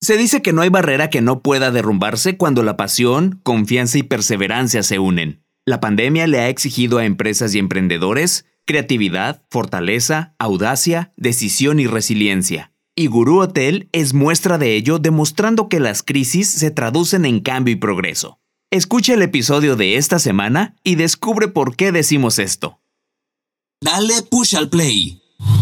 Se dice que no hay barrera que no pueda derrumbarse cuando la pasión, confianza y perseverancia se unen. La pandemia le ha exigido a empresas y emprendedores creatividad, fortaleza, audacia, decisión y resiliencia. Y Gurú Hotel es muestra de ello, demostrando que las crisis se traducen en cambio y progreso. Escucha el episodio de esta semana y descubre por qué decimos esto. Dale push al play.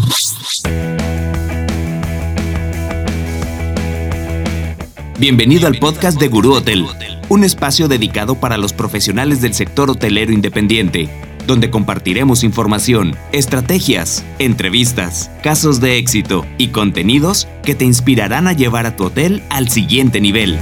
Bienvenido al podcast de Gurú Hotel, un espacio dedicado para los profesionales del sector hotelero independiente, donde compartiremos información, estrategias, entrevistas, casos de éxito y contenidos que te inspirarán a llevar a tu hotel al siguiente nivel.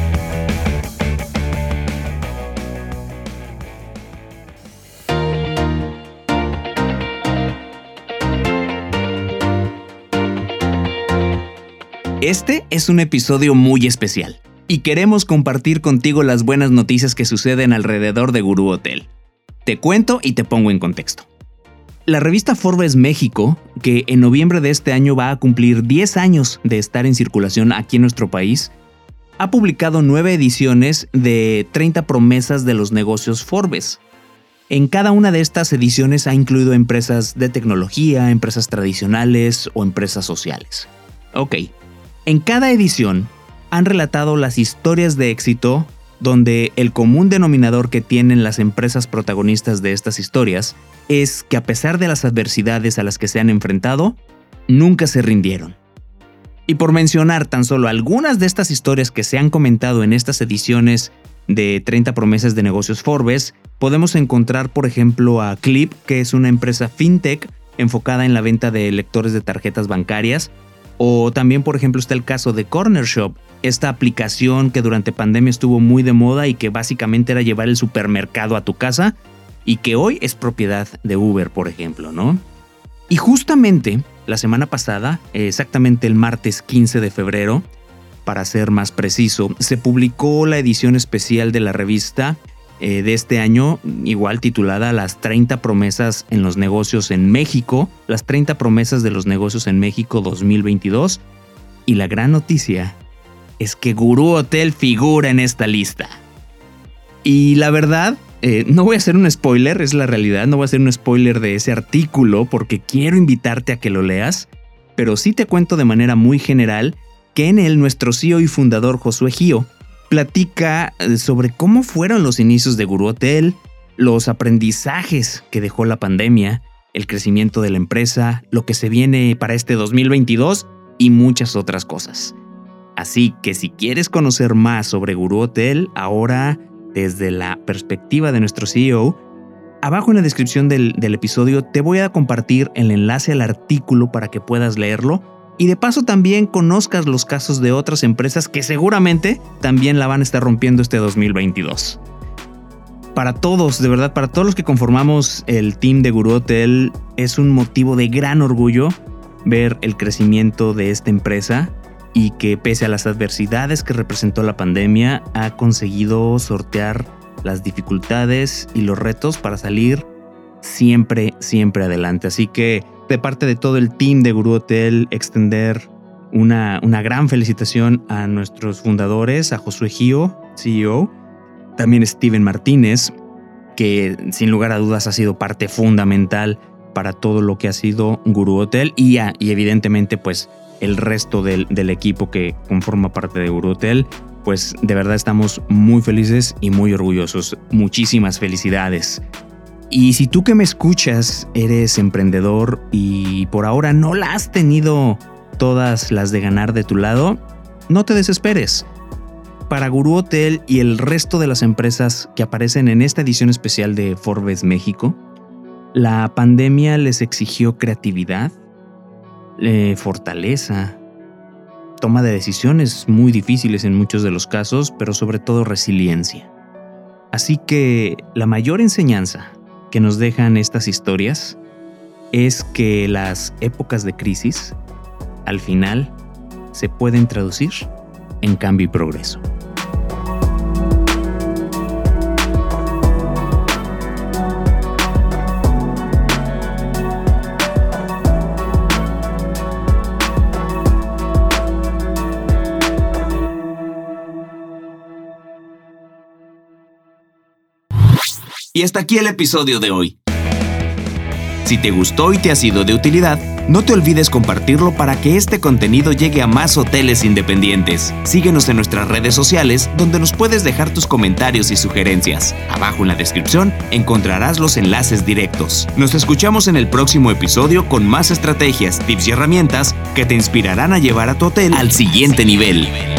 Este es un episodio muy especial y queremos compartir contigo las buenas noticias que suceden alrededor de Gurú Hotel. Te cuento y te pongo en contexto. La revista Forbes México, que en noviembre de este año va a cumplir 10 años de estar en circulación aquí en nuestro país, ha publicado 9 ediciones de 30 promesas de los negocios Forbes. En cada una de estas ediciones ha incluido empresas de tecnología, empresas tradicionales o empresas sociales. Ok. En cada edición han relatado las historias de éxito donde el común denominador que tienen las empresas protagonistas de estas historias es que a pesar de las adversidades a las que se han enfrentado, nunca se rindieron. Y por mencionar tan solo algunas de estas historias que se han comentado en estas ediciones de 30 promesas de negocios Forbes, podemos encontrar por ejemplo a Clip, que es una empresa fintech enfocada en la venta de lectores de tarjetas bancarias. O también, por ejemplo, está el caso de Corner Shop, esta aplicación que durante pandemia estuvo muy de moda y que básicamente era llevar el supermercado a tu casa y que hoy es propiedad de Uber, por ejemplo, ¿no? Y justamente la semana pasada, exactamente el martes 15 de febrero, para ser más preciso, se publicó la edición especial de la revista de este año, igual titulada Las 30 promesas en los negocios en México, las 30 promesas de los negocios en México 2022. Y la gran noticia es que Gurú Hotel figura en esta lista. Y la verdad, no voy a hacer un spoiler, es la realidad, no voy a hacer un spoiler de ese artículo porque quiero invitarte a que lo leas, pero sí te cuento de manera muy general que en él nuestro CEO y fundador Josué Gio platica sobre cómo fueron los inicios de Gurú Hotel, los aprendizajes que dejó la pandemia, el crecimiento de la empresa, lo que se viene para este 2022 y muchas otras cosas. Así que si quieres conocer más sobre Gurú Hotel, ahora desde la perspectiva de nuestro CEO, abajo en la descripción del episodio te voy a compartir el enlace al artículo para que puedas leerlo. Y de paso también conozcas los casos de otras empresas que seguramente también la van a estar rompiendo este 2022. Para todos, de verdad, para todos los que conformamos el team de Gurú Hotel, es un motivo de gran orgullo ver el crecimiento de esta empresa y que pese a las adversidades que representó la pandemia, ha conseguido sortear las dificultades y los retos para salir siempre adelante. Así que de parte de todo el team de Gurú Hotel, extender una gran felicitación a nuestros fundadores, a Josué Gio, CEO, también Steven Martínez, que sin lugar a dudas ha sido parte fundamental para todo lo que ha sido Gurú Hotel y evidentemente pues el resto del equipo que conforma parte de Gurú Hotel. Pues de verdad estamos muy felices y muy orgullosos. Muchísimas felicidades. Y si tú que me escuchas eres emprendedor y por ahora no la has tenido todas las de ganar de tu lado, no te desesperes. Para Gurú Hotel y el resto de las empresas que aparecen en esta edición especial de Forbes México, la pandemia les exigió creatividad, fortaleza, toma de decisiones muy difíciles en muchos de los casos, pero sobre todo resiliencia. Así que la mayor enseñanza que nos dejan estas historias es que las épocas de crisis, al final, se pueden traducir en cambio y progreso. Y hasta aquí el episodio de hoy. Si te gustó y te ha sido de utilidad, no te olvides compartirlo para que este contenido llegue a más hoteles independientes. Síguenos en nuestras redes sociales, donde nos puedes dejar tus comentarios y sugerencias. Abajo en la descripción encontrarás los enlaces directos. Nos escuchamos en el próximo episodio con más estrategias, tips y herramientas que te inspirarán a llevar a tu hotel al siguiente nivel.